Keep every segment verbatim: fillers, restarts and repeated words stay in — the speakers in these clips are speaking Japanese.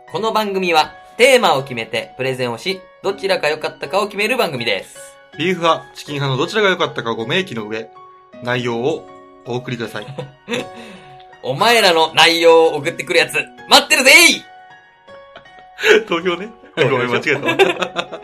この番組はテーマを決めてプレゼンをし、どちらが良かったかを決める番組です。 ビーフ派、チキン派のどちらが良かったかご明記の上、内容をお送りください。 お前らの内容を送ってくるやつ、待ってるぜい投票ね。ごめん、間違えた。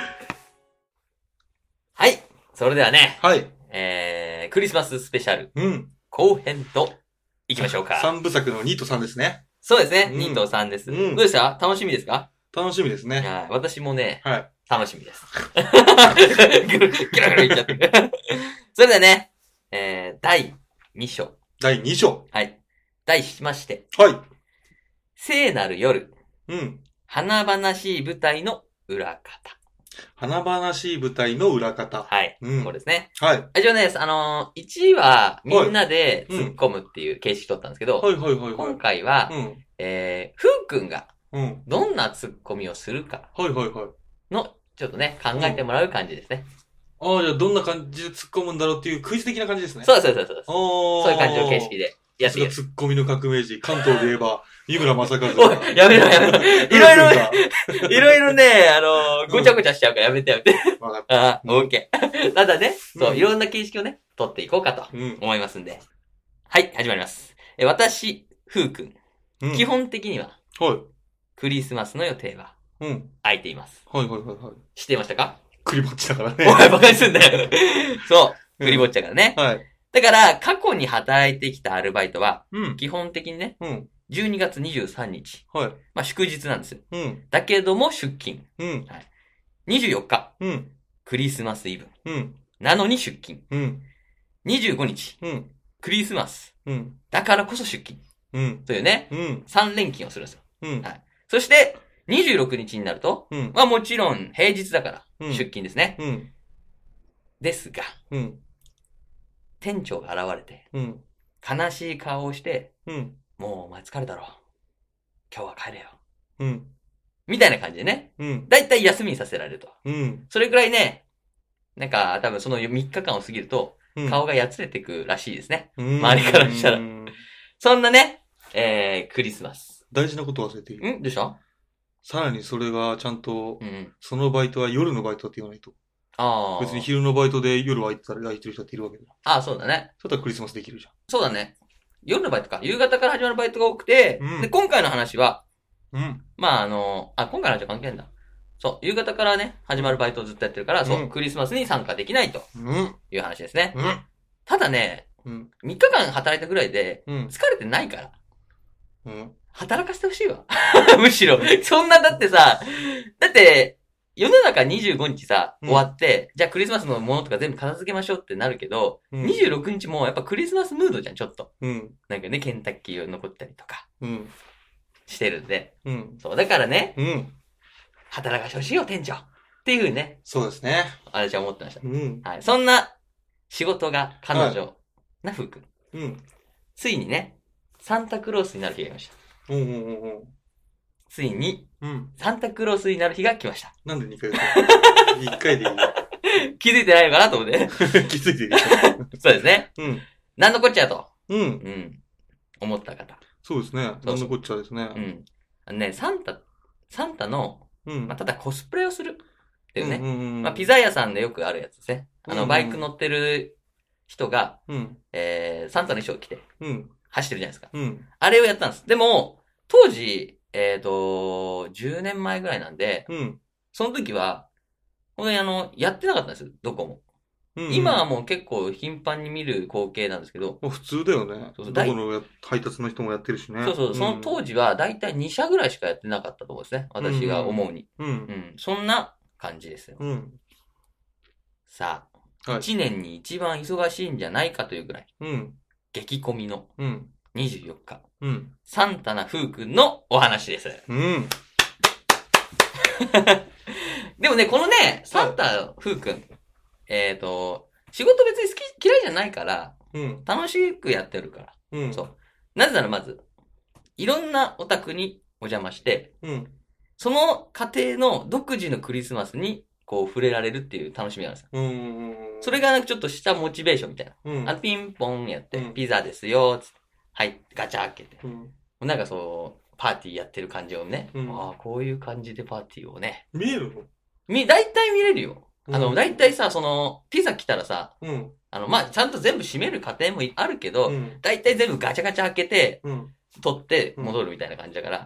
はい。それではね、 はい。 えー、クリスマススペシャルうん。 後編と行きましょうか。 三部作のにとさんですね。 そうですね。 うんにとさんです。 うんどうでした楽しみですか楽しみですね。 はい。私もね、 はい。 楽しみです。ぐるぐらぐら言っちゃってる。それではね、えー、だいに章。 だいに章。 はい。題しまして、 はい。 聖なる夜、 うん。 華々しい舞台の裏方。 華々しい舞台の裏方。 はい。 うんこれですね。 はい。 一応ね、あのー、いちいはみんなではいうん突っ込むっていう形式取ったんですけど、 はいはいはいはい。 今回は、 うん。 えー、ふうくんがうん。 どんな突っ込みをするかはいはいはい。 の、ちょっとね、考えてもらう感じですね。 ああ、じゃあどんな感じで突っ込むんだろうっていうクイズ的な感じですね。 そうですそうですそうです。 おー。 そういう感じの形式でやっていきさすが突っ込みの革命児。関東で言えば、三村正和。 おい、やめろやめろ。いろいろ、いろいろね、あのー、ごちゃごちゃしちゃうからやめてやめて。 わかった。 ああ、オッケー。ただね、そうう、 んいろんな形式をね、取っていこうかとうん。 思いますんで。はい、始まります。え私、ふうくん。 うん。 基本的には、 はい。 クリスマスの予定はうん。 空いています。 はいはいはいはい。 知っていましたかクリぼっちだからね。 おい、バカにすんなよ。そう、 うんクリぼっちゃからね。 はい。 だから、過去に働いてきたアルバイトは、 うん。 基本的にね、 うん。 じゅうにがつにじゅうさんにち。 はい。 まあ、祝日なんですよ。 うん。 だけども出勤。 うん。 にじゅうよっか、 うん。 クリスマスイブ。 うん。 なのに出勤。 うん。 にじゅうごにち、 うん。 クリスマス。 うん。 だからこそ出勤。 うん。 というね、 うん。 さん連勤をするんですよ。 うん。 はいそして、にじゅうろくにちになると、 うん。 まあもちろん平日だからうん出勤ですね。 うん。 ですが、 うん。 店長が現れて、 うん。 悲しい顔をして、 うん。 もうお前疲れたろ。今日は帰れよ。 うん。 みたいな感じでね。 うん。 だいたい休みにさせられると。 うん。 それくらいね、なんか多分そのみっかかんを過ぎると、 うん。 顔がやつれてくらしいですね。 うん、 周りからしたらうんそんなね、えー、クリスマス。 大事なこと忘れていい。 んどうしたさらにそれがちゃんと、 うん。 そのバイトは夜のバイトって言わないと。 ああ。 別に昼のバイトで夜空いてたら空いてる人っているわけだ。 ああ、そうだね。 そしたらクリスマスできるじそうだね。夜のバイトか。夕方から始まるバイトが多くて、 うんで、今回の話は、 ゃん。うん。 まああの、あ、今回の話は関係ないんだ。そう、夕方からね、始まるバイトをずっとやってるから、そう、 うんクリスマスに参加できないとうん。 いう話ですね。 うん。 ただね、 うん。 みっかかん働いたぐらいで、 うん。 疲れてないから、 うん。 働かせてほしいわ。むしろ。そんな、だってさ、だって、世の中にじゅうごにちさ、 うん終わって、じゃあクリスマスのものとか全部片付けましょうってなるけど、 うんにじゅうろくにちもやっぱクリスマスムードじゃん、ちょっと。 うん。 なんかね、ケンタッキーを残ったりとかうん。 してるんで。 うん。 そう、だからね、 うん。 働かしてほしいよ、店長。っていうふうにね、 そうですね。 私は思ってました。 うん。 はい。そんな仕事が彼女なふうくん。 うん。 ついにね、サンタクロースになる日が来ました。 うんうんうんうん。 ついに、 うん。 サンタクロースになる日が来ました。 なんでにかい言ったの ?いっ 回でいい気づいてないのかなと思って。 気づいてる。 そうですね。 うん。 なんのこっちゃと。 うん。 うん。思った方。 そうですね。 そうなんのこっちゃですね。 うん。あのね、サンタ、サンタの、 うん。 まあ、ただコスプレをするっていうね。 うんうんうん。 まあ、ピザ屋さんでよくあるやつですね。あの、 うんうんバイク乗ってる人が、 うん。 えー、サンタの衣装を着てうん。 走ってるじゃないですか。 うん。 あれをやったんです。でも、当時、えっ、と、じゅうねんまえぐらいなんで、 うん。 その時は、本当にあの、やってなかったんですよ、どこも。 うん。 今はもう結構頻繁に見る光景なんですけど、 もう普通だよね。 そうそうどこのや配達の人もやってるしね。 そうそう、その当時はだいたいに社ぐらいしかやってなかったと思うんですね。私が思うに。 うん。 うん。そんな感じですよ。 うん。 さあ、 はい。 いちねんに一番忙しいんじゃないかというぐらい、 うん。 激混みのうん。 にじゅうよっか、 うん。 サンタな風くんのお話です。 うん。 でもね、このね、サンタ風くん、えっ、と、仕事別に好き、嫌いじゃないから、 うん。 楽しくやってるから。 うん。 そう。なぜならまず、いろんなお宅にお邪魔して、 うん。 その家庭の独自のクリスマスに、こう触れられるっていう楽しみがあるんですよ。 うん。 それがなんかちょっとしたモチベーションみたいな。 うん。 あのピンポンやって、 うんピザですよ、つって。はい、ガチャ開けて。 うん。 なんかそう、 パーティーやってる感じをね、 うん、 ああ、こういう感じでパーティーをね。 見えるの？ み、大体見れるよ。あの、 うん、 大体さ、その、ピザ来たらさ、 うん、 あの、まあ、ちゃんと全部閉める過程もあるけど、 うん、 大体全部ガチャガチャ開けて、 うん、 取って戻るみたいな感じだから。 うん、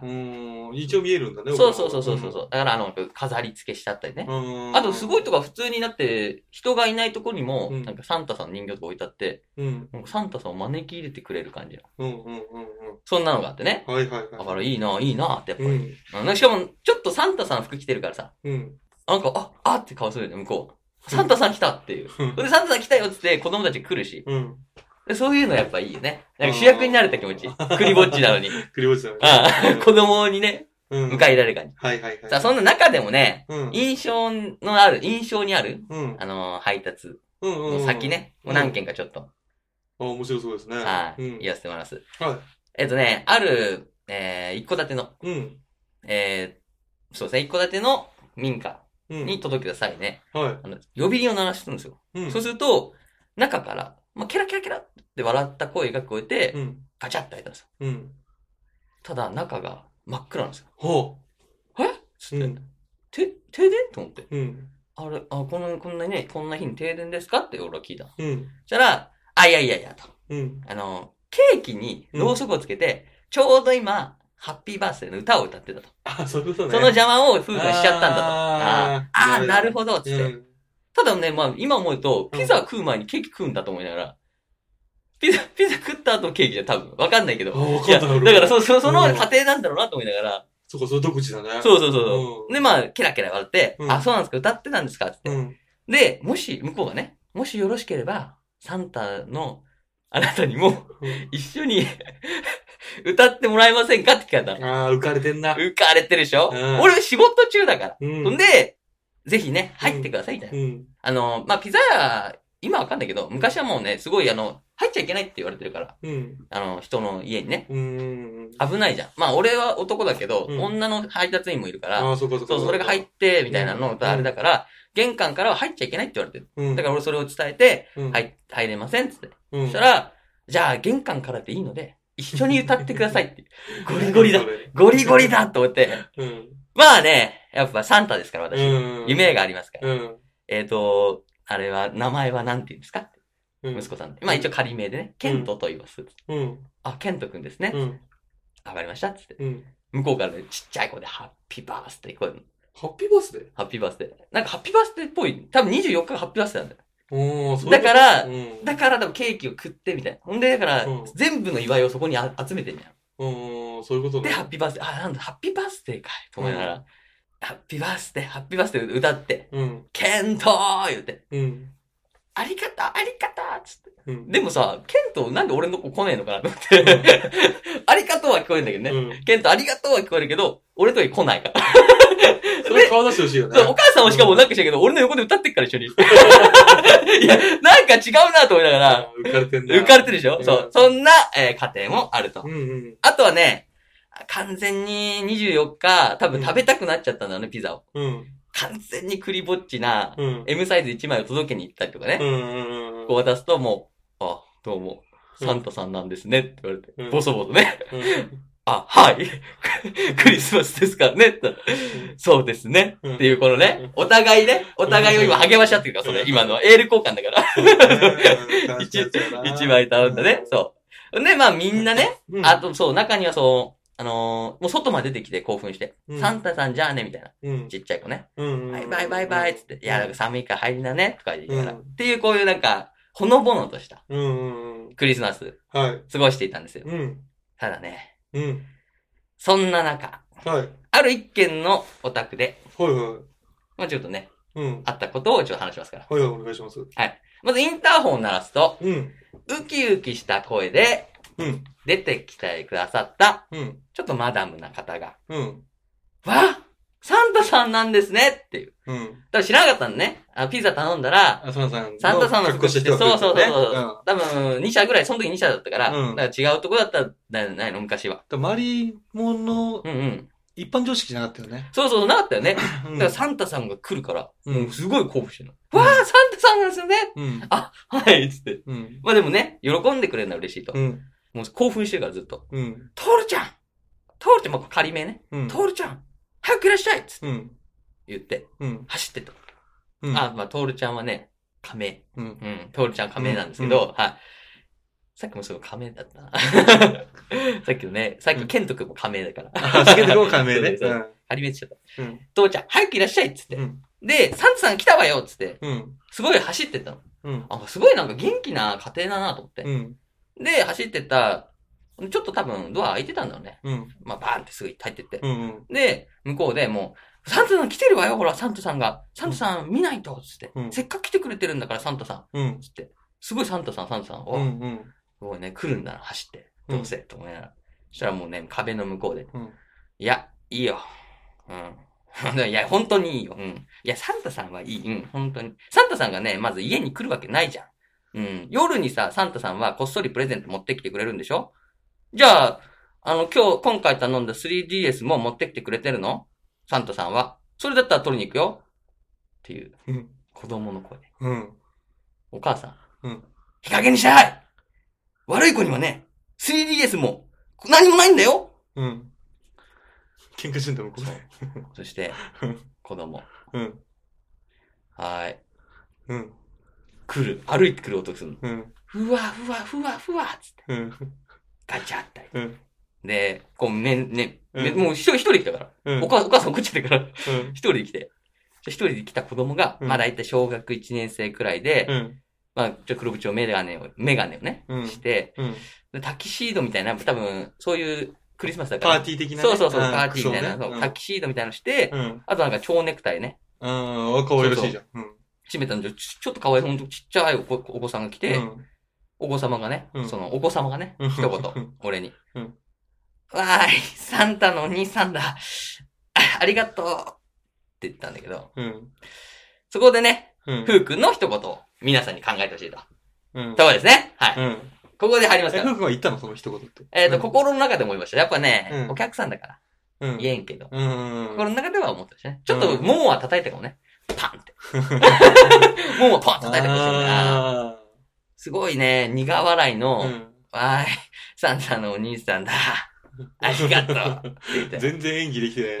一応見えるんだね。 そうそうそうそうそう。うん、だから、あの、飾り付けしてあったりね。あと、すごいとか普通になって、人がいないところにも、なんかサンタさんの人形とか置いてあって、うん、サンタさんを招き入れてくれる感じ。うんうんうんうん。そんなのがあってね。はいはいはい。だからいいな、いいなってやっぱり。うん、しかも、ちょっとサンタさん服着てるからさ。うん。なんか、あ、あって顔するよね、向こう。サンタさん来たっていう。で、サンタさん来たよってって子供たち来るし。うん。そういうのやっぱいいよね。なんか主役になれた気持ち。クリぼっちなのに。クリぼっちなのに。ああ、子供にね、迎え入れられる感じ。はいはいはい。さあ、そんな中でもね、印象のある、印象にある、あの、配達の先ね、もう何件かちょっと。 あ、面白そうですね。 はい。言わせてもらいます。はい。えっとね、ある、えー、一戸建ての、うん。えー、そうですね、一戸建ての民家に届けた際ね、はい。あの、呼び鈴を鳴らしてるんですよ。うん。そうすると、中から、まあ、ケラケラケラって笑った声が聞こえて、うん、ガチャって開いたんですよ。うん、ただ、中が真っ暗なんですよ。ほう。えつって、うん、て、停電と思って。うん、あれ、あ、こんな、こんなね、こんな日に停電ですかって俺は聞いた。うん、そしたら、あ、いやいやいや、と。うん、あの、ケーキにろうそくをつけて、うん、ちょうど今、ハッピーバースデーの歌を歌ってたと。 あ、そういうことね。 その邪魔を夫婦がしちゃったんだと。ああ、なるほど、つって。うん、ただね、まあ、今思うと、ピザ食う前にケーキ食うんだと思いながら、ピザ、ピザ食った後ケーキじゃ多分。わかんないけど。わかんない。だから、そ、そ、その過程なんだろうなと思いながら。 そこ、それ独自だね。 そうそうそう。で、まあ、ケラケラ笑って、あ、そうなんですか、歌ってたんですかつって。で、もし、向こうがね、もしよろしければ、サンタの、あなたにも、一緒に、歌ってもらえませんかって聞かれた。 ああ、浮かれてんな。 浮かれてるでしょ、うん、俺仕事中だから。うん、で、ぜひね、入ってください、みたいな。うん、あの、まあ、ピザ屋、今わかんないけど、昔はもうね、すごいあの、入っちゃいけないって言われてるから。うん、あの、人の家にね。うん、危ないじゃん。まあ、俺は男だけど、うん、女の配達員もいるから。あ、そうかそうか。そう、それが入って、みたいなのとあれだから、うん、玄関からは入っちゃいけないって言われてる。うん、だから俺それを伝えて、うん、はい、入れませんっつって。うん、そしたら、じゃあ玄関からでいいので、一緒に歌ってくださいって。ゴリゴリだ。ゴリゴリだと思って。うん、まあね、やっぱサンタですから、私。うん、夢がありますから。うん、えっと、あれは、名前は何て言うんですか、うん、息子さんで。まあ一応仮名でね、ケントと言います。うん、あ、ケントくんですね。うん、わかりましたつって、うん。向こうからね、ちっちゃい子で、ハッピーバースデー。こういうの。 ハッピーバースデーハッピーバースデー。なんかハッピーバースデーっぽい。多分にじゅうよっかがハッピーバースデーなんだよ。 おー、そうだから、うん、だから多分ケーキを食ってみたいな。ほんで、だから、うん、全部の祝いをそこにあ集めてんじゃん。 うん、そういうことね。 で、ハッピーバースデー。あ、なんだ、ハッピーバースデーかい。と思いながら、うん、ハッピーバースデー、ハッピーバースデー歌って、うん、ケントー言って、うん、ありがとう、ありがとうつって、うん。でもさ、ケントなんで俺の子来ねえのかなと思って、うん、ありがとうは聞こえるんだけどね。うん、ケントありがとうは聞こえるけど、俺とは来ないから。 それ顔出してほしいよね。 お母さんもしかもなんかしたけど、俺の横で歌ってっから一緒に。いや、なんか違うなと思いながら。 浮かれてんだ。 浮かれてるでしょ、うん、そう。そんな、えー、家庭もあると。うんうん、あとはね、完全ににじゅうよっか、多分食べたくなっちゃったんだよね、ピザを。うん、完全にクリぼっちな、うん、エム サイズいちまいを届けに行ったりとかね。うんうんうん、こう渡すともう、あ、どうも、サンタさんなんですねって言われて、うん、ボソボソね。うんあ、はい。クリスマスですからね。うん、そうですね、うん。っていうこのね、お互いね、お互いを今励まし合ってるから、それ、今のはエール交換だから。一、一枚頼んだね。そう。で、まあみんなね、うん、あとそう、中にはそう、あのー、もう外まで出てきて興奮して、うん、サンタさんじゃあね、みたいな。うん、ちっちゃい子ね。うん、バイバイバイバイつって、うん、いや、寒いから入りなね、とか言いながら、うん。っていうこういうなんか、ほのぼのとした、クリスマス、はい、過ごしていたんですよ。うん、ただね、うん。そんな中。はい。ある一軒のお宅で。はいはい。まあちょっとね。うん。あったことをちょっと話しますから。 はいはい、お願いします。 はい。まずインターホンを鳴らすと。うん。ウキウキした声で。うん。出てきてくださった。うん。ちょっとマダムな方が。うん。わサンタさんなんですねっていう。うん。多分知らなかったんね。あの、ピザ頼んだら、 あ、サンタさん。 サンタさんの服して、そうそうそうそう。うん、多分、に社ぐらい、その時に社だったから、うん、だから違うとこだったんじゃないの、昔は。 マリモの、うんうん。一般常識じゃなかったよね。 そうそう、なかったよね。うん、だからサンタさんが来るから、うん、すごい興奮してるの。うん、わー、サンタさんなんですよね。うん。あ、はい、つって。うん。まあでもね、喜んでくれるのは嬉しいと。うん。もう興奮してるからずっと。うん。トールちゃんトールちゃん、も仮名ね。うん、トールちゃん、早くいらっしゃいっつって、うん、言って、うん、走ってた。うん、あ、まあ、トールちゃんはね、仮名。うん、うん、トールちゃん仮名なんですけど、うん、はい。さっきもすごい仮名だったな。さっきのね、さっきケント君も仮名だから。 あ、ケント君も仮名ね。 そうそう。仮名って言っちゃった。うん、トールちゃん、早くいらっしゃいっつって。うん、で、サンタさん来たわよっつって、うん、すごい走ってったの。うん、あ、すごいなんか元気な家庭だなと思って。うん、で、走ってった、ちょっと多分ドア開いてたんだろうね。うん、まあ、バーンってすぐ入ってって。うんうん、で、向こうでもう、サンタさん来てるわよ、ほら、サンタさんが。サンタさん見ないと、つって、うん。せっかく来てくれてるんだから、サンタさん。うん、つって。すごいサンタさん、サンタさんを、うんうん、すごいね、来るんだな、走って。どうせ、と思いながら。そしたらもうね、壁の向こうで。うん、いや、いいよ。うん。いや、本当にいいよ。うん。いや、サンタさんはいい。うん、本当に。サンタさんがね、まず家に来るわけないじゃん。うん。夜にさ、サンタさんはこっそりプレゼント持ってきてくれるんでしょ？じゃあ、あの、今日、今回頼んだ スリーディーエス も持ってきてくれてるの？サンタさんは。それだったら取りに行くよ。っていう、うん、子供の声。うん。お母さん。うん。日陰にしない！悪い子にはね、スリーディーエス も何もないんだよ！うん。 喧嘩してんだろ、これ。 そして、子供。うん。はーい。うん。来る。歩いてくる音するの。うん。ふわふわふわふわつって。うん。ガチャって。うん。で、こう、め、ね、うん、もう一人一人来たから。うん、お母さん、お母さん来っちゃってから。うん。一人で来て。一人で来た子供が、うん、まあ大体小学いちねん生くらいで、うん、まあ、ちょ、黒縁をメガネを、メガネをね、うん、して、うん、で、タキシードみたいな、多分、そういうクリスマスだから。 パーティー的な、ね。 そうそうそう、パーティーみたいな、ね、そう、タキシードみたいなのして、うん、あとなんか蝶ネクタイね。 うん、可愛らしいじゃん。うん。 締めたんで、ちょっと可愛い、ほんとちっちゃいお子、お子さんが来て、うん、お子様がね、うん、その、お子様がね、一言、俺に。うん、わーい、サンタのお兄さんだ。あ、ありがとうって言ったんだけど、うん、そこでね、うん、ふうくんの一言を皆さんに考えてほしいと。うん。そうですね。はい。うん、ここで入りますから。 ふうくんは言ったのその一言って。 えっ、ー、と、うん、心の中で思いました。やっぱね、うん、お客さんだから。うん、言えんけど。うん、心の中では思ったしね。ちょっと、ももは叩いたかもね。パンって。ももパン叩いたかもしれない。すごいね、苦笑いの、うん、わーい、サンタのお兄さんだ。ありがとうって言って。 全然演技できてない。 うん。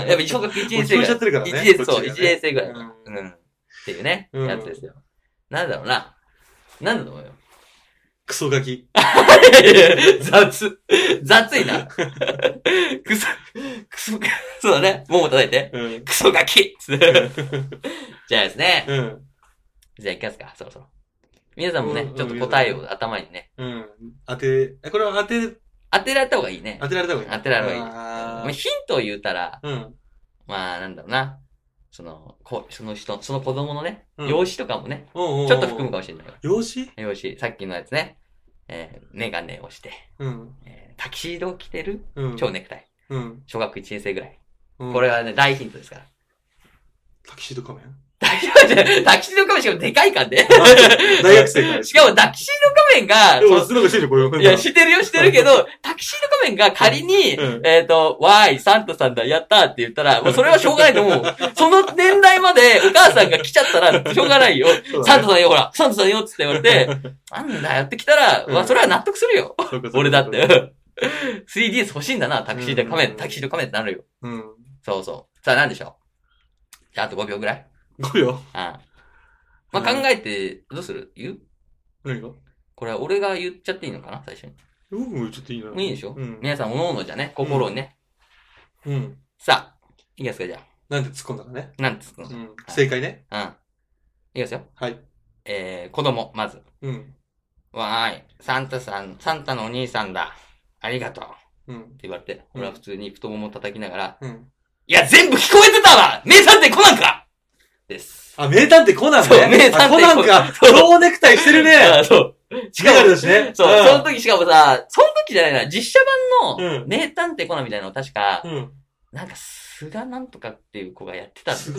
やっぱ小学いちねん生ぐらい。 ちゃってるからね。 いちねん生、そう、いちねん生ぐらい。うん。うん。っていうね、うん、やつですよ。なんだろうな。なんだと思うよ。 クソガキ。 雑。雑いな。クソ、クソ、そうだね。もも叩いて。うん、クソガキじゃあですね。うん。じゃあ行きますか、そろそろ。皆さんもね、うん、ちょっと答えを頭にね。 うん。当て、これは当て、 当てられた方がいいね。 当てられた方がいい。 当てられた方がいい。まあ、ヒントを言うたら、うん、まあ、なんだろうな。その、こその人、その子供のね、うん、容姿とかもね、ちょっと含むかもしれない。 容姿容姿。さっきのやつね。えー、メガネをして、うんえー、タキシードを着てる、うん、超ネクタイ。うん、小学いちねん生ぐらい。うん、これはね、大ヒントですから。 タキシード仮面タキシード仮面しかもでかいかんで。 大学生かしかもタキシード仮面が、 でも、すごいしてるよ、これ。 いや、してるよ、してるけど、タキシード仮面が仮に、うん、えっと、わーい、サンタさんだ、やったーって言ったら、もうそれはしょうがないと思う。その年代までお母さんが来ちゃったら、しょうがないよ。ね、サンタさんよ、ほら、サンタさんよって言われて、なんだよって来たら、うん、まあ、それは納得するよ。俺だって。スリーディーエス 欲しいんだな、タキシード仮面、タキシード仮面ってなるよ。うん。そうそう。さあ、なんでしょう。じゃあ、あとごびょうぐらいごびょうああ。まあ、考えて、どうする？言う？ 何が？ これは俺が言っちゃっていいのかな最初に。 僕も言っちゃっていいな。 いいでしょ？うん。皆さん、おのおのじゃね、心にね。 うん。うん、 さあ、いきますか、じゃあ。 なんで突っ込んだかね。 なんで突っ込んだか。 うん。正解ね。 うん。いきますよ。 はい。 えー、子供、まず。うん。わーい、サンタさん、サンタのお兄さんだ。ありがとう。うん。って言われて、俺は普通に太もも叩きながら、うん。いや、全部聞こえてたわ名探偵コナンかです。 あ、名探偵コナンね。 そう、名探偵コナンか。蝶ネクタイしてるね。 あ、そう。 しかもですね。 そう、うん、その時しかもさ、その時じゃないな、実写版の名探偵コナンみたいなの確か、うん、なんか、菅なんとかっていう子がやってたんだよ。菅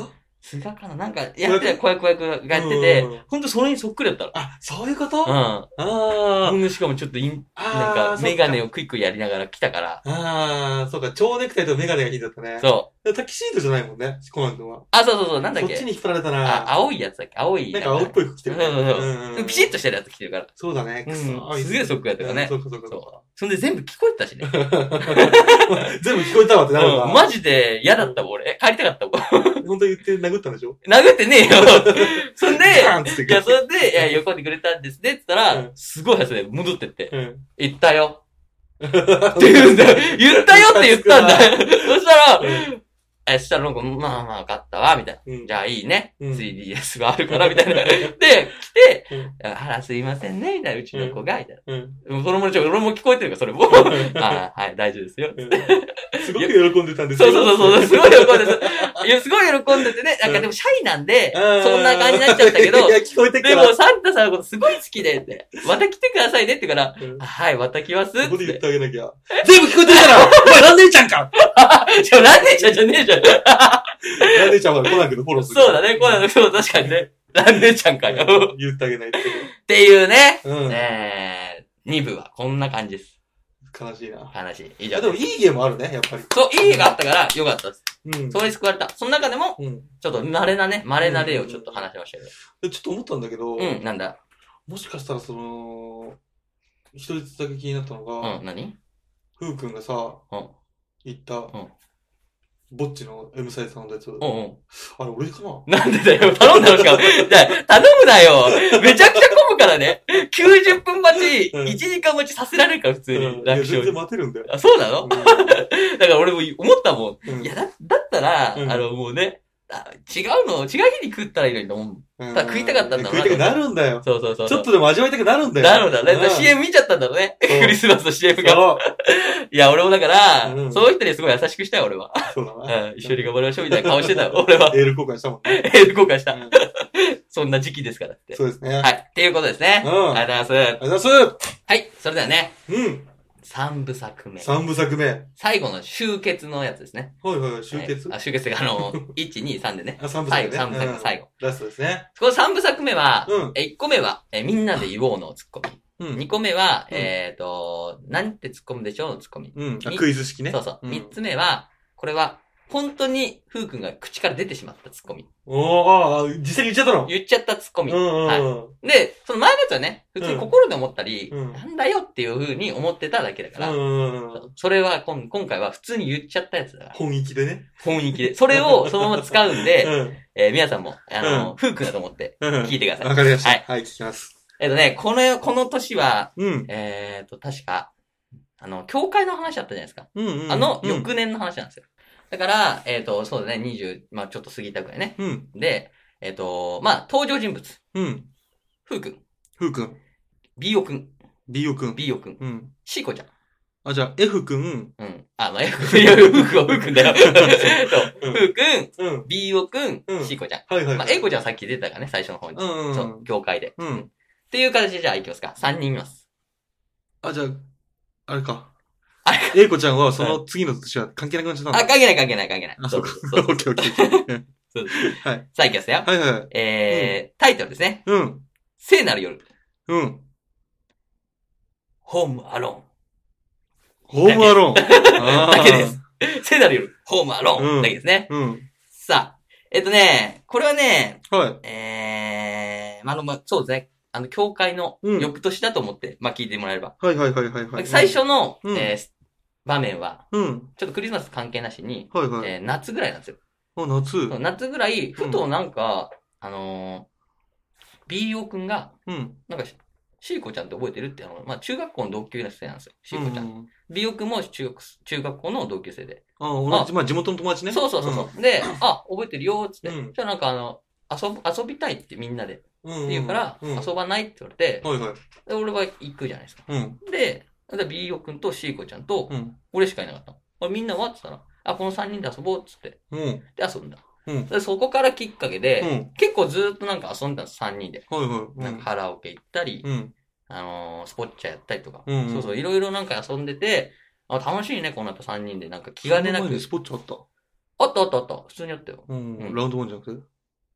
菅かななんか、やってた子役役がやってて、ほんとそれにそっくりだったの。 あ、そういうこと？うん。 ああ。ほんでしかもちょっとイン、なんか、メガネをクイックやりながら来たから。 ああ、そうか、蝶ネクタイとメガネがヒントだったね。 そう。 タキシードじゃないもんね、コナン君は。 あ、そうそうそう、なんだっけ。 そっちに引っ張られたな。 あ、青いやつだっけ青い。 なんか青っぽい服着てる。そうそうそう。ピシッとしてるやつ着てるから。 そうだね。くそ。 すげえそっくりやったからね。 そうかそうかそう。そんで全部聞こえてたしね。 全部聞こえたわってなるわ。 マジで嫌だったもん、俺。帰りたかったもん。 本当に言って殴ったんでしょ？ 殴ってねえよ。そんで、いや、それで、いや、喜んでくれたんですねって言ったら、すごい速さで戻ってって。言ったよ。って言うんだよ。言ったよって言ったんだよ。そしたら、え、そしたらなんか、まあまあ、分かったわ、みたいな。うん、じゃあいいね。うん、スリーディーエス があるから、みたいな。で、来て、うん、あら、すいませんね、みたいな、うちの子が、みたいな。うん。それもちょ、俺も聞こえてるから、それも。あはい、大丈夫ですよ。うん、 すごく喜んでたんですよ。 そうそうそう、すごい喜んでた。いや、すごい喜んでてね。なんかでも、シャイなんで、そんな感じになっちゃったけど、いや、聞こえてくる。でも、サンタさんのことすごい好きで、って。また来てくださいね、って言うから、うん、はい、また来ます。 ここで言ってあげなきゃ。全部聞こえてるからお前、ラン姉ちゃんかじゃあ、ラン姉ちゃんじゃねえじゃん。 ラン姉ちゃんはコナン君のフォローする。 そうだね、コナン君、そう、確かにね。ラン姉ちゃんかよ。 言ってあげないって。 っていうね、うん、えー、に部はこんな感じです。 悲しいな。 悲しい。以上。 でもいいゲームあるね、やっぱり。 そう、いいゲームあったから、よかったです。うん。それに救われた。その中でも、うん、ちょっと稀なね、稀な例をちょっと話しましたけど。ちょっと思ったんだけど、 うん、なんだ。 もしかしたらその、一つだけ気になったのが、 うん、何？ ふうくんがさ、うん、言った、うん、ぼっちの M サイズさんのやつ。うんうん。あれ、俺かな？なんでだよ。頼んだのしかも。じゃあ、頼むなよ。めちゃくちゃ混むからね。きゅうじゅっぷん待ち、うん、いちじかん待ちさせられるから、普通に。 うん、いや、全然待てるんだよ。 あ、そうなの？うん、だから俺も思ったもん。うん、いや、だ、だったら、うん、あの、もうね、あ違うの、違う日に食ったらいいのにと思う。ただ食いたかったんだろうな。 食いたくなるんだよ。 そうそうそう。 ちょっとでも味わいたくなるんだよ。 なるんだね。シーエム 見ちゃったんだろうね。クリスマスの シーエム が。そう。いや、俺もだから、うん、そういう人にすごい優しくしたよ、俺は。 そうだな。 うん、一緒に頑張りましょうみたいな顔してたよ、俺は。 エール交換したもんね。 エール交換した。うん、そんな時期ですからって。 そうですね。 はい。っていうことですね。うん。ありがとうございます。 ありがとうございます。 はい。それではね。 うん。 三部作目。 三部作目。 最後の終結のやつですね。 はいはい、終結、 えー、あ、終結があの、いち、に、さんでね。 あ、三部作目、ね。 最後、三部作目、最後、 うん。ラストですね。 この三部作目は、うん、え、いっこめは、え、みんなで言おうのツッコミ。うん、にこめは、うん、えっ、ー、と、なんてツッコむでしょうのツッコミ。 うん。クイズ式ね。 そうそう。三、うん、つ目は、これは、本当に、ふうくんが口から出てしまったツッコミ。 おー、実際に言っちゃったの？ 言っちゃったツッコミ。 うんうんうん、 はい。で、その前のやつはね、普通に心で思ったり、うん、なんだよっていう風に思ってただけだから、うんうんうん、それは今今回は普通に言っちゃったやつだから。 本意気でね。 本意気で。それをそのまま使うんで、うん、えー、皆さんも、あの、ふうくんだと思って聞いてください。 わ、うん、かりました。はい。はい、聞きます。 えっとね、この、この年は、うん、えっと、確か、あの、教会の話だったじゃないですか。うんうんうん、あの、翌年の話なんですよ。だから、えっ、ー、と、そうだね、にじゅう、まあちょっと過ぎたぐらいね。うん。で、えっ、ー、と、まあ登場人物。うん。ふうくん。 ふうくん。 ビーオくん。 ビーオくん。 ビーオくん。うん。シーコちゃん。 あ、じゃあ、F くん。 うん。あ、まあ F くん。いや、ふうくんはふうくんだよ。そう。ふうくん。うん。ビーオくん。シーコちゃん。はいはい。まあ A 子ちゃんはさっき出たからね、最初の方に。うん。そう。業界で。うん。っていう形でじゃあ行きますか。さんにんいます。 あ、じゃあ、あれか。あれ英子ちゃんはその次の年は関係なくなっちゃったんだ。 あ、関係ない関係ない関係ない。 あ、そうか。オッケーオッケー。 そうです。はい。さあ行きますよ。 はいはい。 えー、タイトルですね。 うん。 聖なる夜。 うん。 ホームアローン。 ホームアローン。 だけです。聖なる夜。ホームアローン。だけですね。 うん。 さあ、えっとね、これはね、 はい。 えー、あの、ま、そうですね。あの、教会の翌年だと思って、まあ、聞いてもらえれば。 はいはいはいはいはい。 最初の、えー、場面は、うん。ちょっとクリスマス関係なしに、はいはい。えー、夏ぐらいなんですよ。 あ、夏夏ぐらい、ふとなんか、うん、あのー、ビーオくんが、うん。なんか、シーコちゃんって覚えてるって、あの、まあ、中学校の同級生なんですよ。シーコちゃん。うん、ビーオくんも中学、中学校の同級生で。 あ、同じ、まあ、地元の友達ね。 そうそうそう。うん、で、あ、覚えてるよ、つって。うん、じゃあなんかあの、遊ぶ、遊びたいってみんなで。うんうん、って言うから、うん、遊ばないって言われて、はいはい。で、俺は行くじゃないですか。うん。で、で、ビーオくんとシーコちゃんと、うん、俺しかいなかったの。俺みんなはって言ったら、あ、このさんにんで遊ぼうっつって。うん。で、遊んだ。うん。で、そこからきっかけで、うん、結構ずっとなんか遊んだんです、さんにんで。はいはい。うん、なんかカラオケ行ったり、うん。あのー、スポッチャやったりとか。うん、うん。そうそう、いろいろなんか遊んでて、あ、楽しいね、このやっぱさんにんで。なんか気兼ねなく。 スポッチャあったあったあったあった。普通にあったよ。 うん。うん、ラウンドワンじゃなくて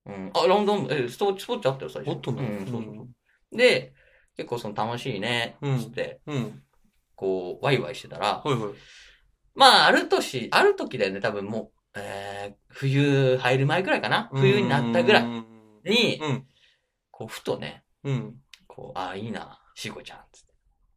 うん。あ、ロンドン、え、ストスポッチあったよ、最初。 あったんだ。 うん、そうそうそう。で、結構その楽しいね、つって、うん。こう、ワイワイしてたら、はいはい。まあ、ある年、ある時だよね、多分もう、えー、冬入る前くらいかな。冬になったぐらいに、うん、こう、ふとね、うん。こう、ああ、いいな、シーコちゃん、つって。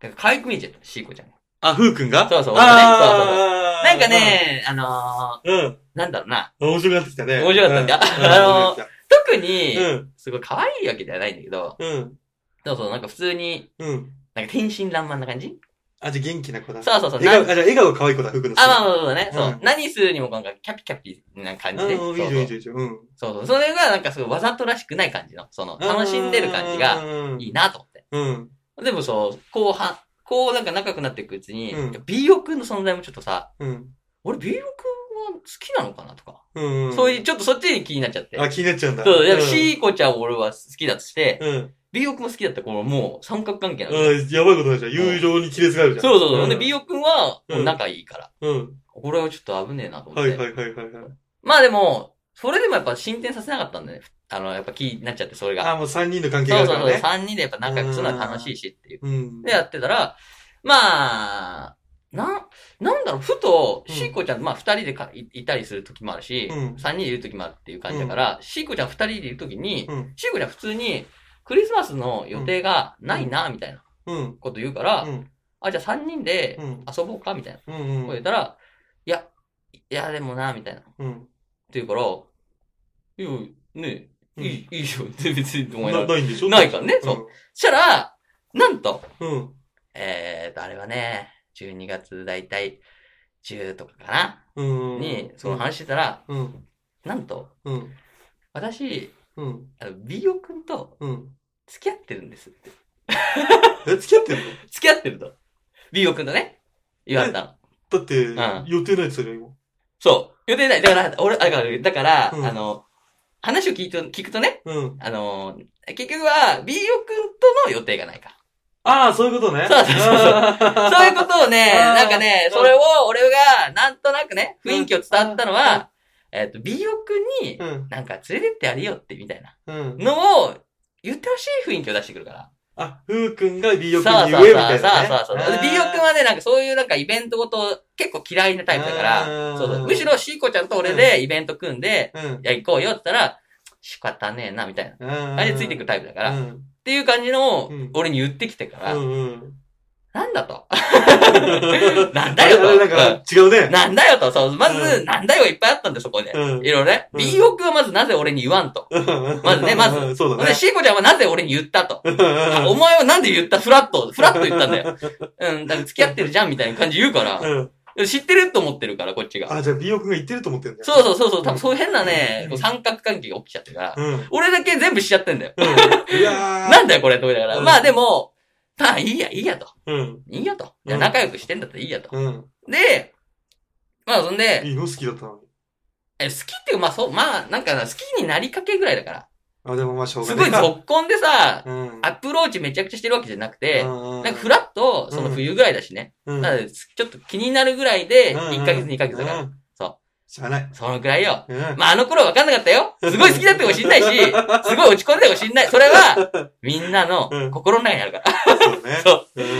可愛く見えちゃった、シーコちゃんが。 あ、ふうくんがそうそう、俺ね。そうそうそう。なんかね、あのー、うん。なんだろうな。 面白くなってきたね。 面白かったんか。あのー、特に、すごい可愛いわけではないんだけど、うん。そうそう、なんか普通に、うん。なんか天真爛漫な感じあ、じゃあ元気な子だ。 そうそうそう。 笑顔、あ、じゃあ笑顔可愛い子だ、服の。 あ、まあまあまあね。そう。何するにもなんかキャピキャピな感じで。うん、いいじゃん、いいじゃん、うん。そうそう。それがなんかすごいわざとらしくない感じの、その、楽しんでる感じがいいなと思って。うん。でもそう、後半、こうなんか仲良くなっていくうちに、ビーオくんの存在もちょっとさ、うん。俺 ビーオくんは好きなのかなとか。うん。そういう、ちょっとそっちに気になっちゃって。 あ、気になっちゃうんだ。 そう、やっぱシーコちゃん俺は好きだとして、うん。ビーオくんも好きだったらこれもう三角関係なの。 うん、やばいことないじゃん。友情に亀裂があるじゃん。 そうそうそう。で、ビーオくんは、もう仲いいから。うん。これはちょっと危ねえなと思って。 はいはいはいはい。 まあでも、それでもやっぱ進展させなかったんだね。あの、やっぱ気になっちゃって、それが。 あ、もう三人の関係があるからね。 そうそうそう。三人でやっぱ仲良くするのは楽しいしっていう。うん。で、やってたら、まあ、な、なんだろう、ふと、シーコちゃん、まあ二人でかいいたりする時もあるし、三、うん、人でいる時もあるっていう感じだから、うん、シーコちゃん二人でいる時に、うん、シーコちゃん普通に、クリスマスの予定がないな、みたいなこと言うから、うん、あ、じゃあ三人で遊ぼうかみたいな。うん、こう言ったら、いや、いやでもな、みたいな。うん、って言うから、いや、ねいい、いいよ。別に思いながら。 ないんでしょないからね。そう。そしたら、なんと、うん、えーと、あれはね、じゅうにがつだいたいじゅうとかかな、うん、に、その話してたら、うん、なんと、うん、私、うん、あの、ビーオくんと、付き合ってるんですって。 え、付き合ってるの付き合ってると。ビーオくんとね、言われたの。 だって、うん、予定ないって言ったよ、今。 そう。予定ない。だから、俺、だから、だから、うん、あの、話を聞いと、聞くとね、うん、あの、結局は、ビーオくんとの予定がないから。 ああ、そういうことね。 そうそうそう。そういうことをね、なんかね、それを俺がなんとなくね、雰囲気を伝わったのは、えっと、ビーオくんに、なんか連れてってやるよってみたいなのを言ってほしい雰囲気を出してくるから。 あ、ふうくんがビーオくんに言えみたいな、ね。 そうそうそうそう。ビーオくんはね、なんかそういうなんかイベントごと結構嫌いなタイプだから、そうそう。むしろシーコちゃんと俺でイベント組んで、いや、行こうよって言ったら、仕方ねえな、みたいな。あれついてくるタイプだから。っていう感じの、俺に言ってきてから、うんうん、なんだと。なんだよと。 なんか違うね。 なんだよと。そう、まず、うん、なんだよいっぱいあったんだよ、そこで。うん、いろいろね。ビーオくんはまずなぜ俺に言わんと。まずね、まず。そうだね。で、シーコちゃんはなぜ俺に言ったと。お前はなんで言ったフラット、フラット言ったんだよ。うん、だから付き合ってるじゃんみたいな感じ言うから。うん知ってると思ってるから、こっちが。 あ、じゃあ、ビーオくんが言ってると思ってるんだよ。 そうそうそうそう。多分そういう変なね、うん、三角関係が起きちゃってるから、うん、俺だけ全部しちゃってんだよ。うん、いやなんだよ、これ、と思いながら。うん、まあでも、まあいいや、いいやと。うん、いいやと。じゃ仲良くしてんだったらいいやと。うん、で、まあそんで、 いいの好きだったのに。 え、好きっていうか、まあそう、まあ、なんか好きになりかけぐらいだから。 あ、でもまあしょうがない。 すごい続婚でさ、うん、アプローチめちゃくちゃしてるわけじゃなくて、うんうん、なんかフラッと、その冬ぐらいだしね。うん、なので、ちょっと気になるぐらいで、いっかげつ、にかげつだから。うん、そう。 しゃあない。 そのくらいよ。うん、まああの頃わかんなかったよ。すごい好きだったかもしんないし、すごい落ち込んでかもしんない。それは、みんなの心の中にあるから。そうね。そう。うん、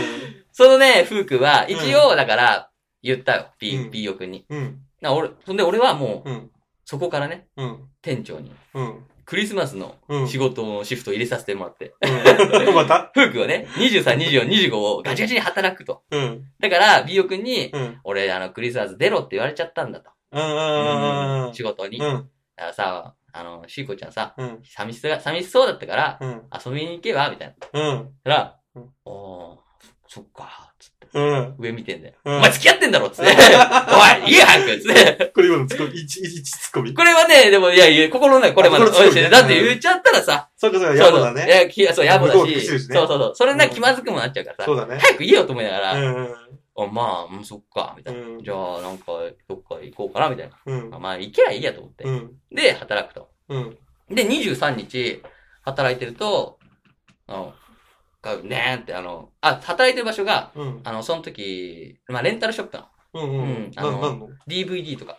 そのね、フークは、一応、だから、言ったよ。ピー、ピーオくんに。うん。な俺、そんで俺はもう、うん、そこからね、うん、店長に。うんクリスマスの仕事のシフトを入れさせてもらって。 うん、またフークはね、にじゅうさん、にじゅうよん、にじゅうごをガチガチに働くと。うん、だから、ビーオくんに、うん、俺、あの、クリスマス出ろって言われちゃったんだと。うん、仕事に。うん、だからさ、あの、シーコちゃんさ、うん、寂しさが、寂しそうだったから、うん、遊びに行けばみたいな。うん。だから、うん、おー、そっか。うん。上見てんだよ。うん、お前付き合ってんだろつって。おい、いいやんくつって。 これ今のツッコミ、一、一ツッコミ。 これはね、でも、いやいや、心の中、これまで。だって言っちゃったらさ。 そうかそうか、野暮だね。 いや、そう、野暮だし。そうそうそう。それな気まずくもなっちゃうからさ。そうだね。早く言えよと思いながら。うん。あ、まあ、そっか、みたいな。じゃあ、なんか、どっか行こうかな、みたいな。うん。まあ、行けばいいやと思って。うん。で、働くと。うん。で、にじゅうさんにち、働いてると、あの、ねーって、あの、あ、働いてる場所が、うん、あの、その時、まあ、レンタルショップなの。うんうん。うん。あの、ディーブイディー とか。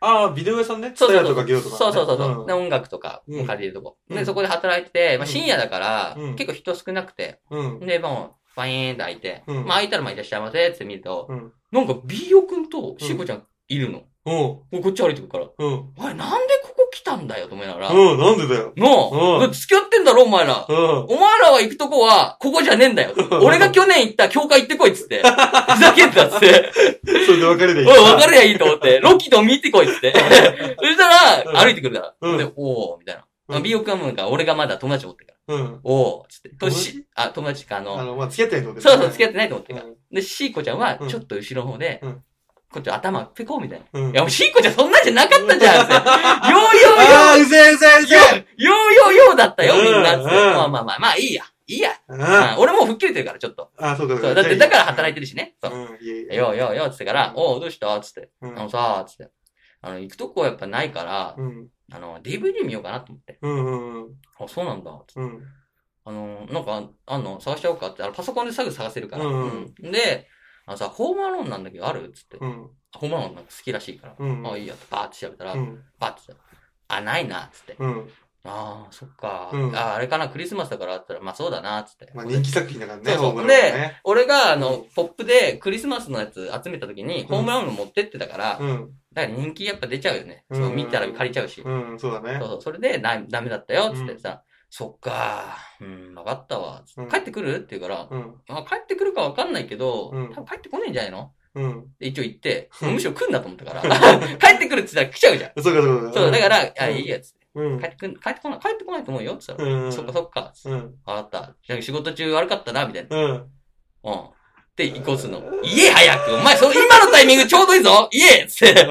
ああ、ビデオ屋さんね。 そうそうとかゲオとか、ね。 そうそうそうそう、うん。で、音楽とかも借りるとこ。うん、で、そこで働いてて、まあ深夜だから、うん、結構人少なくて。うん、で、もう、ファイーンって開いて、うん、まあ開いたらまあいらっしゃいませって見ると、うん、なんか B オくんとシーコちゃんいるの。うん。もうこっち歩いてくるから。うん。おい、なんでここ来たんだよと思いながら。 うん、なんでだよ。 の、うん。だって付き合ってんだろ、お前ら。うん。お前らは行くとこは、ここじゃねえんだよ。俺が去年行った教会行ってこいっつって。ふざけんなっつって。 それで別れりゃいい。 うん、別れりゃいいと思って。ロキと見てこいっつって。そしたら、歩いてくるから。うん。で、おー、みたいな。うん、美容家もなんか、俺がまだ友達持ってるから。うん。おー、つって。とし、あ、友達か、あの。 あの、まあ、付き合ってないと思ってそうそう、付き合ってないと思ってるから。うん、で、シーコちゃんは、ちょっと後ろの方で、うんこっち頭ペコみたいな。うん、いや、もうシーコちゃんそんなんじゃなかったじゃんって。よーよーよー。 あー、うぜえうぜえうぜえ。 よーよーよーだったよ、みんなって。まあまあまあ、まあいいや。いいや。まあ、俺もう吹っ切れてるから、ちょっと。 あ、そうかそう。だって、だから働いてるしね。そう。よーよーよーつってから、おう、どうしたつって。あのさ、つって。あの、行くとこはやっぱないから、あの、ディーブイディー 見ようかなと思って。うんうんうん。あ、そうなんだ。つって。あの、なんか、あんの探しちゃおうかって。あの、パソコンですぐ探せるから。うんで、あのさ、ホームアローンなんだけどあるつって。ホームアローンなんか好きらしいから。うん、あ、いいや。バーって調べたら、うん、バーって調べたら、あ、ないな、つって。うん、ああ、そっか、うん。あ、あれかな、クリスマスだからあったら、まあそうだな、つって。 まあ人気作品だからね、 そうそう。で、ね、俺が、あの、うん、ポップでクリスマスのやつ集めた時に、ホームアローン持ってってたから、うん、だから人気やっぱ出ちゃうよね。うん、そう見たら借りちゃうし。 うん、そうだね。 そうそう。それで、な、ダメだったよ、つってさ、うん、そっか、うん、わかったわ。うん、帰ってくるって言うから、うん、あ、帰ってくるかわかんないけど、うん、多分帰ってこねえんじゃないのうん。一応行って、むしろ来んなと思ったから。帰ってくるって言ったら来ちゃうじゃん。 そうかそうか。 そう、だから、あ、いいやつって。うん。帰ってくん、帰ってこない、帰ってこないと思うよって言ったら、うん。そっかそっか。うん。わかった。じゃあ仕事中悪かったな、みたいな。うん。うん。で、行こうするの。言え早くお前、そ今のタイミングちょうどいいぞ言えつって。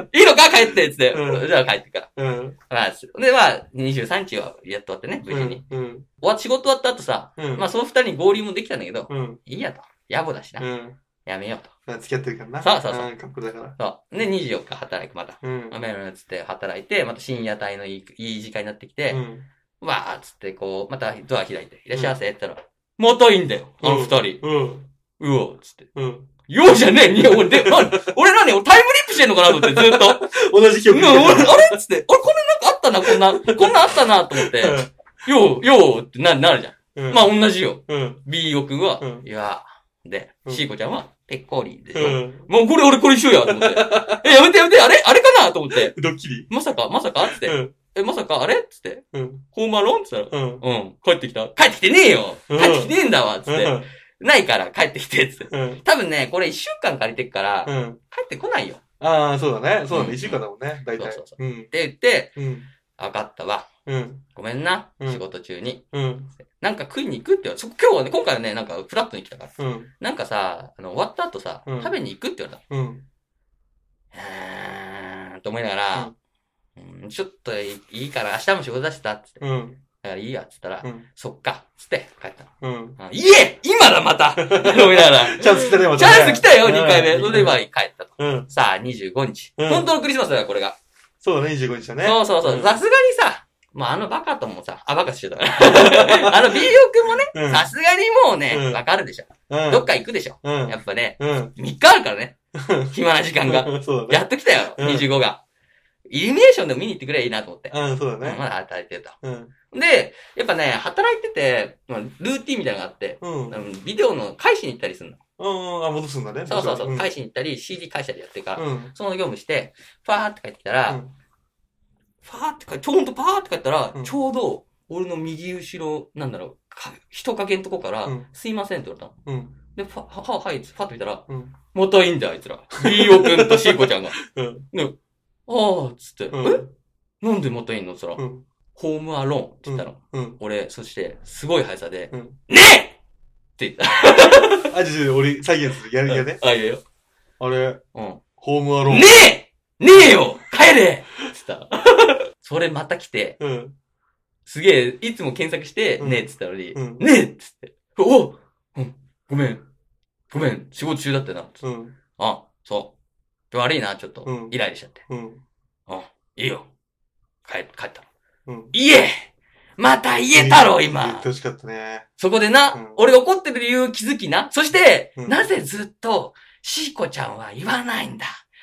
いいのか帰ってつって。うん。じゃあ帰ってから。うん。まあ、で、まあ、にじゅうさんにちはやっと終わってね、無事に。うん。うん。終わ仕事終わった後さ、うん。まあその二人に合流もできたんだけど、うん。いいやと。野暮だしな。うん。やめようと。 付き合ってるからな。 そうそうそう。 カップルだから。 そう。で、にじゅうよっか働く、また。うん。まあ、つって働いて、また深夜帯のいい、いい時間になってきて、うん。わーっつって、こう、またドア開いて、いらっしゃいませって言ったら、またいいんだよ、あの二人。うん。うお、つって。うん。ようじゃねえ、に、俺、で、なに、俺何、俺タイムリープしてんのかなと思って、ずっと。 同じ曲。 うん、俺、あれつって、俺、これなんかあったな、こんな、こんなあったな、と思って。よう、ようってな、なるじゃん。うん。まあ、同じよ。うん。B オくんは、うん。いやー、で、C 子ちゃんは、ぺっこりでしょ。うん。もうこれ俺これ一緒やと思って。え、やめてやめて、あれあれかなと思って。 ドッキリまさかまさかつって。うん。え、まさかあれつって。うん。ホームアローンつったら。うん。うん。帰ってきた帰ってきてねえよ、うん、帰ってきてねえんだわつって。うん。ないから帰ってきてつって。うん。多分ね、これ一週間借りてっから、うん。帰ってこないよ。 ああ、そうだね。そうだね。一週間だもんね。大体。そうそうそう。うん。 って言って、うん。わかったわ。うん。ごめんな。うん、仕事中に。うん。なんか食いに行くって言われた。今日はね、今回はね、なんかフラットに来たから。うん。なんかさ、あの、終わった後さ、うん、食べに行くって言われた。うん。うーん、と思いながら、うん、ちょっといいから明日も仕事だしたって言って。うん。だからいいや、つったら、うん、そっか、つって帰ったの。うん。いえ今だ、また思いながら。 チャンス来たね、また、ね。チャンス来たよ、にかいめ。それで、まあ、帰ったと。うん。さあ、にじゅうごにち。うん。本当のクリスマスだよ、これが。 そうだね、にじゅうごにちだね。 そうそうそう。さすがにさ、まあ、あのバカともさ、あ、バカしてたから。あの B オくんもね、さすがにもうね、わかるでしょ。うん。どっか行くでしょ。うん。やっぱね、うん。みっかあるからね。暇な時間が。そうだね。やっと来たよ、にじゅうごが。イルミネーションでも見に行ってくればいいなと思って。 うん、そうだね。 まだ働いてると。うん。で、やっぱね、働いてて、まあ、ルーティンみたいなのがあって、うん。ビデオの返しに行ったりするの。 うん、あ、戻すんだね。 そうそうそう。うん、返しに行ったり、シーディー 返したりやってるから、うん、その業務して、ファーって帰ってきたら、うん、ファーって帰って、ちょうどパーって帰ったら、うん、ちょうど、俺の右後ろ、なんだろう、人影のとこから、うん、すいませんって言われたの。うん、で、ファ、は、はい、ファって見たら、うん、またいいんだよ、あいつら。B オくんと C 子ちゃんが。うん、で、あー、つって、うん、えなんでまたいいのつったら、うん、ホームアローンって言ったの。うんうん、俺、そして、すごい速さで、うん、ねえって言った。 あ、じゃあ、俺、再現する。やるやね。 あ、いやよ。 あれ、うん。ホームアローン。 ねえねえよ帰れつった。それまた来て、うん。すげえ、いつも検索して、うん、ねえっつったのに、うん、ねえっつって、おうん、ごめん。ごめん、仕事中だってな。うん。あ、そう。悪いな、ちょっと。うん。イライラしちゃって。うん。あ、いいよ。帰、帰ったの。うん。言えまた言えたろ、今。 言ってほしかったね。 そこでな、うん、俺怒ってる理由気づきな。そして、うん、なぜずっと、シーコちゃんは言わないんだ。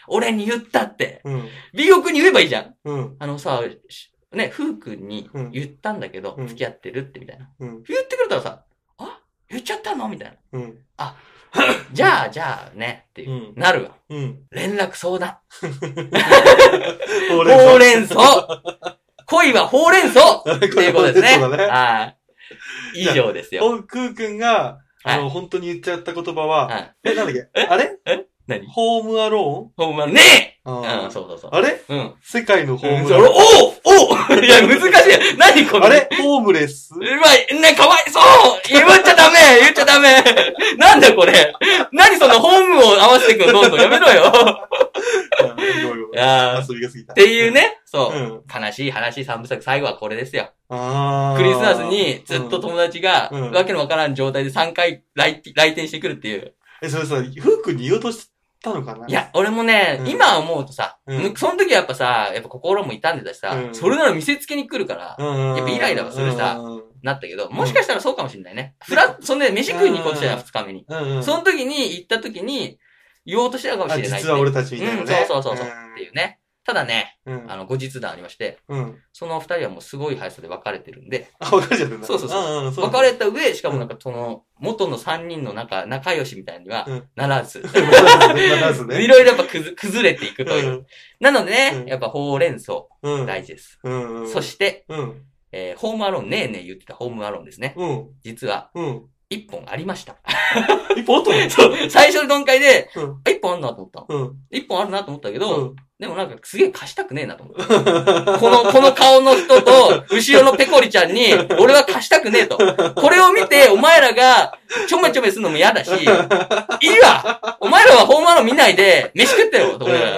俺に言ったって。うん。美容くんに言えばいいじゃん。うん。あのさ、ね、ふうくんに言ったんだけど、うん、付き合ってるってみたいな。うん。言ってくれたらさ、あ言っちゃったのみたいな。うん。あ、じゃあ、じゃあね、っていう、うん、なるわ。うん。連絡相談。ほうれん草。恋はほうれん草っていうことですね。そうだね。はい。以上ですよ。 くーくんが、あの、はい、本当に言っちゃった言葉は、はい、え、なんだっけあれえ何ホームアローンホームアローン。ねえうん、そうそうそう。 あれうん。 世界のホームアローン。 おおおいや、難しい。何これあれホームレスうまい。ね、かわいそう言っちゃダメ言っちゃダメなんだこれ何そのホームを合わせてくのどんどんやめろよいや遊びが過ぎた。 っていうね、そう、うん、悲しい話三部作最後はこれですよ。あクリスマスにずっと友達が、うん、わけのわからん状態でさんかい来来店してくるっていう。 え、それさ、ふうくんに言おうとしたのかないや、俺もね、うん、今思うとさ、うん、その時はやっぱさ、やっぱ心も痛んでたしさ、うん、それなら見せつけに来るから、うん、やっぱイライラはするさ、なったけど、もしかしたらそうかもしれないね。ふら、そんで飯食いに行こうとしたらふつかめに。その時に行った時に、言おうとしてたかもしれない、ね。 実は俺たちみたいなね。うん、 そうそうそうそう。っていうね。ただね、うん、あの、後日談ありまして、うん、その二人はもうすごい速さで別れてるんで。 あ、別れちゃってんだ。 そうそうそう。うんうん、そう別れた上、しかもなんかその、元の三人の仲、仲良しみたいには、ならず。ならずね。いろいろやっぱくず崩れていくという。うん、なのでね、うん、やっぱほうれん草、うん、大事です。うんうん、そして、うんえー、ホームアローン、ねえねえ言ってたホームアローンですね。うん、実は、うん一本ありました。 一本あったのそう。最初の段階で、うん、一本あるなと思ったの。うん。一本あるなと思ったけど、うん、でもなんかすげえ貸したくねえなと思った。この、この顔の人と、後ろのペコリちゃんに、俺は貸したくねえと。これを見て、お前らが、ちょめちょめするのも嫌だし、いいわお前らはホームアローン見ないで、飯食ってよと思うから。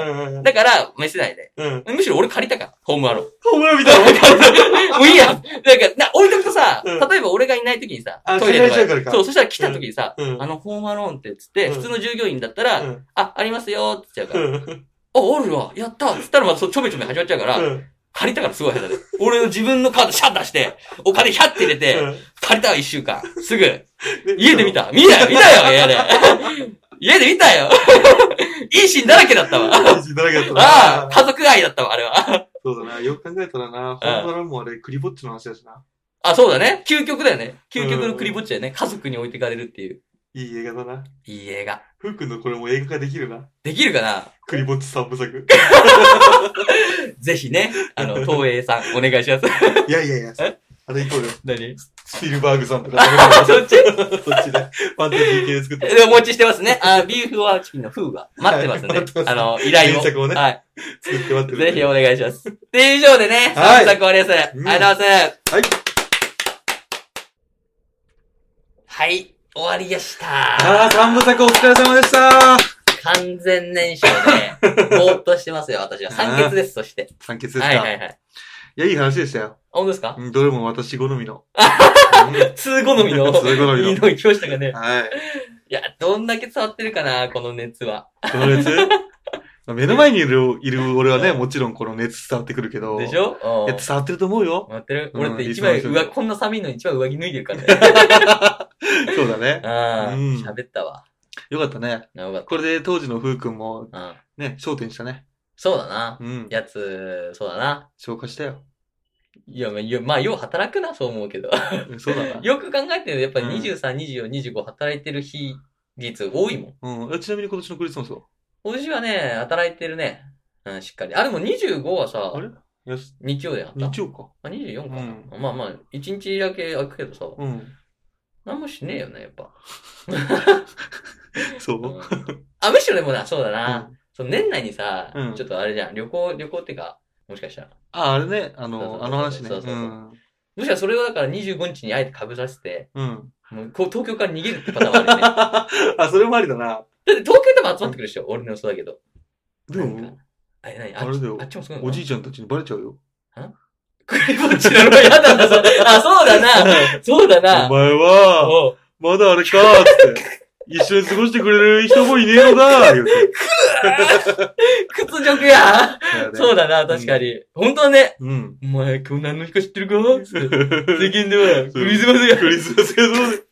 だから、飯ないで、うん。むしろ俺借りたから、ホームアローン。 ホームアローン見たのもういいや。なんか、な置いとくとさ、うん、例えば俺がいない時にさ、トイレとかそう、そしたら来た時にさ、うん、あの、ホームアローンってつって、うん、普通の従業員だったら、うん、あ、ありますよって言っちゃうから。あ、あるわ、やったつったらまたちょめちょめ始まっちゃうから、うん、借りたからすごい下手で。俺の自分のカードシャッ出して、お金ひゃって入れて、うん、借りたわ一週間。すぐ。家で見た見たよ見たよ家で家で見たよいいシーンだらけだったわ。 いいシーンだらけだったな。 ああ、家族愛だったわ、あれは。 そうだな。よく考えたらな、ホームアローンもあれ、クリぼっちの話だしな。 あ、そうだね。究極だよね。究極のクリぼっちだよね。家族に置いてかれるっていう。 いい映画だな。 いい映画。 ふうくんのこれも映画化できるな。 できるかなクリぼっち三部作。 ぜひね、あの、東映さん、お願いします。 いやいやいや、あれ行こうよ。 何スピルバーグさんとか。 そっちそっちで。ファンタジー系で作って。 で、お持ちしてますね。あ、ビーフワーチキンの風は。待ってますんで。はい、あの、依頼を。 原作をね。 はい。 作って待ってる。 ぜひお願いします。っていう以上でね、三部作終わりです。ありがとうございます。はい。はい。終わりでした。 ああ、三部作お疲れ様でした。 完全燃焼で、ぼーっとしてますよ、私は。酸欠です、そして。 酸欠ですか。はいはいはい。いや、いい話でしたよ。 本当ですか？ どれも私好みの。 通好みの。 通好みの。 いいの行きましたかね。 はい。 いや、どんだけ伝わってるかな、この熱は。 この熱目の前にいる、いる俺はね、もちろんこの熱伝わってくるけど。 でしょ？ いや、伝わってると思うよ。 伝わってる。俺って一枚上、こんな寒いのに一枚上着脱いでるからね。 そうだね。 ああ、喋ったわ。 よかったね。 よかった。 これで当時のふうくんも、ね、焦点したね。 そうだな。うん。やつ、そうだな。 消化したよ。 いや、まあ、よう働くな、そう思うけど。 そうだな。 よく考えてると、やっぱりにじゅうさん、にじゅうよん、にじゅうご働いてる日率多いもん。うん。ちなみに今年のクリスマスは？ 今年はね、働いてるね。うん、しっかり。あ、でもにじゅうごはさ、 あれ日曜であった。 日曜か。 あ、にじゅうよんか。うん、まあまあ、いちにちだけ空くけどさ。うん。なんもしねえよね、やっぱ。 そう、うん、 あ、むしろでもな、そうだな。うん、その年内にさ、うん、ちょっとあれじゃん、旅行、旅行ってか、もしかしたら。 あ、あれね、あの、あの話ね。 そうそうそう。うん、むしろそれをだからにじゅうごにちにあえて被させて、うん。もうこう東京から逃げるってパターンもあるね。あ、それもありだな。 だって東京でも集まってくるでしょ、俺の予想だけど。 でも、 あれ何あれだよ。あっちもすごい。おじいちゃんたちにバレちゃうよ。 んクリぼっちなの嫌なんだ、そあ、そうだな。そうだな。 お前は、まだあれかーって。一緒に過ごしてくれる人もいねえのだ言うて。 屈辱や、ね、そうだな、確かに。うん、本当はね。うん。お前、今日何の日か知ってるかつって。世間では、クリスマスや。 クリスマスやぞ。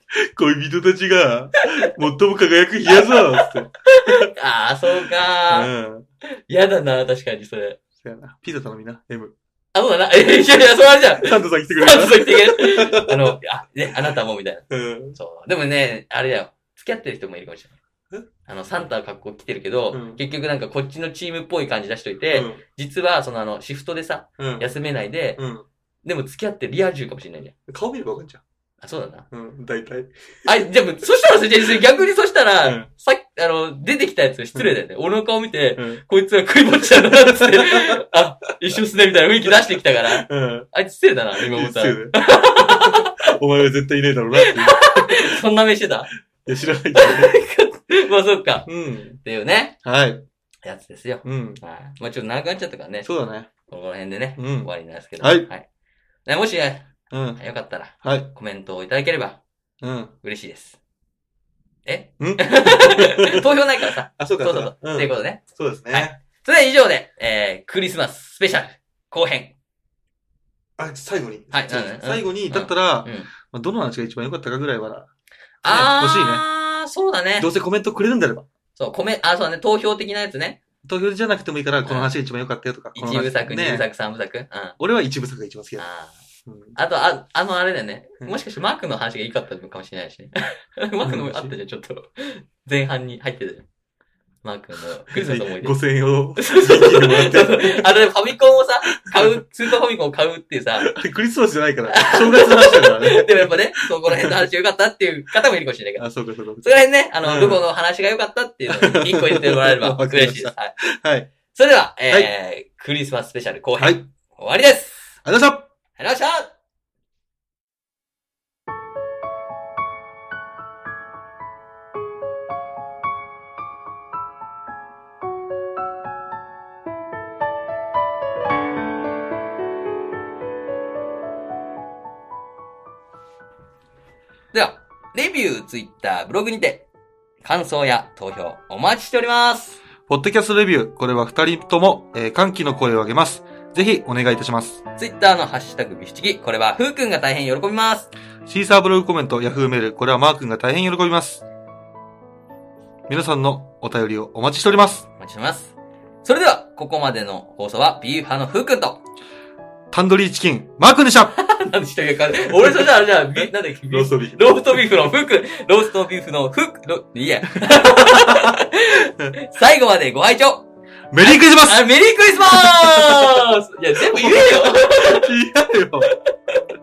恋人たちが、最も輝く日やぞって。 ああ、そうかー。うん。嫌だな、確かにそれ。 そうやな。ピザ頼みな、M。 あ、そうだな。え、いやいや、そうあるじゃん。 サンタさん来てくれる。 サンタさん来てくれる。あの、あ、ね、あなたも、みたいな。うん。そう。でもね、あれだよ。付き合ってる人もいるかもしれない。あの、サンタ格好来てるけど、うん、結局なんかこっちのチームっぽい感じ出しといて、うん、実はそのあの、シフトでさ、うん、休めないで、うん、でも付き合ってリア充かもしれないじゃん。 顔見ればわかんじゃん。 あ、そうだな。 うん、大体。 あ、でも、そしたらさ、逆にそしたら、うん、さっき、あの、出てきたやつ失礼だよね。うん、俺の顔見て、うん、こいつは食いぼっちゃうな、つって、あ、一緒っすね、みたいな雰囲気出してきたから、うん、あいつ失礼だな、今思ったら。 お前は絶対いねえだろうなって。 そんな目してた？ いや、知らないけどね。 まあ、そっか。 うん。 っていうね。 はい。 やつですよ。うん。はい。まあ、ちょっと長くなっちゃったからね。 そうだね。 この辺でね。うん。終わりなんですけど。 はい。 はい。ね、もし、 うん。 よかったら、 はい。 コメントをいただければ、 うん。 嬉しいです。えん投票ないからさ。 あ、そうか。 そうそうそう。ということね。 そうですね。 はい。それでは以上で、えー、クリスマススペシャル後編。 あ、最後に。 はい。 最後に、だったら、まあ、どの話が一番良かったかぐらいは、 あー、 欲しいね。 あー、そうだね。 どうせコメントくれるんであれば。 そう、コメ、あ、そうだね。投票的なやつね。 投票じゃなくてもいいから、この話が一番良かったよとか。 一部作、二部作、三部作。うん。 俺は一部作が一番好きだ。 ああと、あ、あのあれだよね。もしかしてマークの話が良かったのかもしれないしね。マークのあったじゃん、ちょっと。前半に入ってたじゃん。マークのクリスマス思い出。 ごせんえんを。 そうそうそう。あの、ファミコンをさ、買う、スーパーファミコンを買うっていうさ。 クリスマスじゃないから。正月の話だからね。 でもやっぱね、そこら辺の話が良かったっていう方もいるかもしれないけど。 あ、そうかそうか。 そこら辺ね、あの、ルゴの話が良かったっていうのを一個言ってもらえれば嬉しいです。はい。 はい。 それでは、えー、クリスマススペシャル後編。はい。終わりです。 ありがとうございました。 ありがとうございました。では、レビュー、ツイッター、ブログにて、感想や投票お待ちしております。 ポッドキャストレビュー、これは二人とも、えー、歓喜の声を上げます。ぜひお願いいたします。 ツイッターのハッシュタグビフチキ、これはふうくんが大変喜びます。 シーサーブログコメント、ヤフーメール、これはマーくんが大変喜びます。皆さんのお便りをお待ちしております。 お待ちしております。それでは、ここまでの放送はビーフ派のふうくんと、 タンドリーチキン、マーくんでした。 なんで人がかんない。俺そしたらじゃあ、なんだっけローストビーフ。 ローストビーフのふうくん。ローストビーフのふうくん。いいや。最後までご拝聴メリークリスマスあ、メリークリスマスいや、全部言えよ言えよ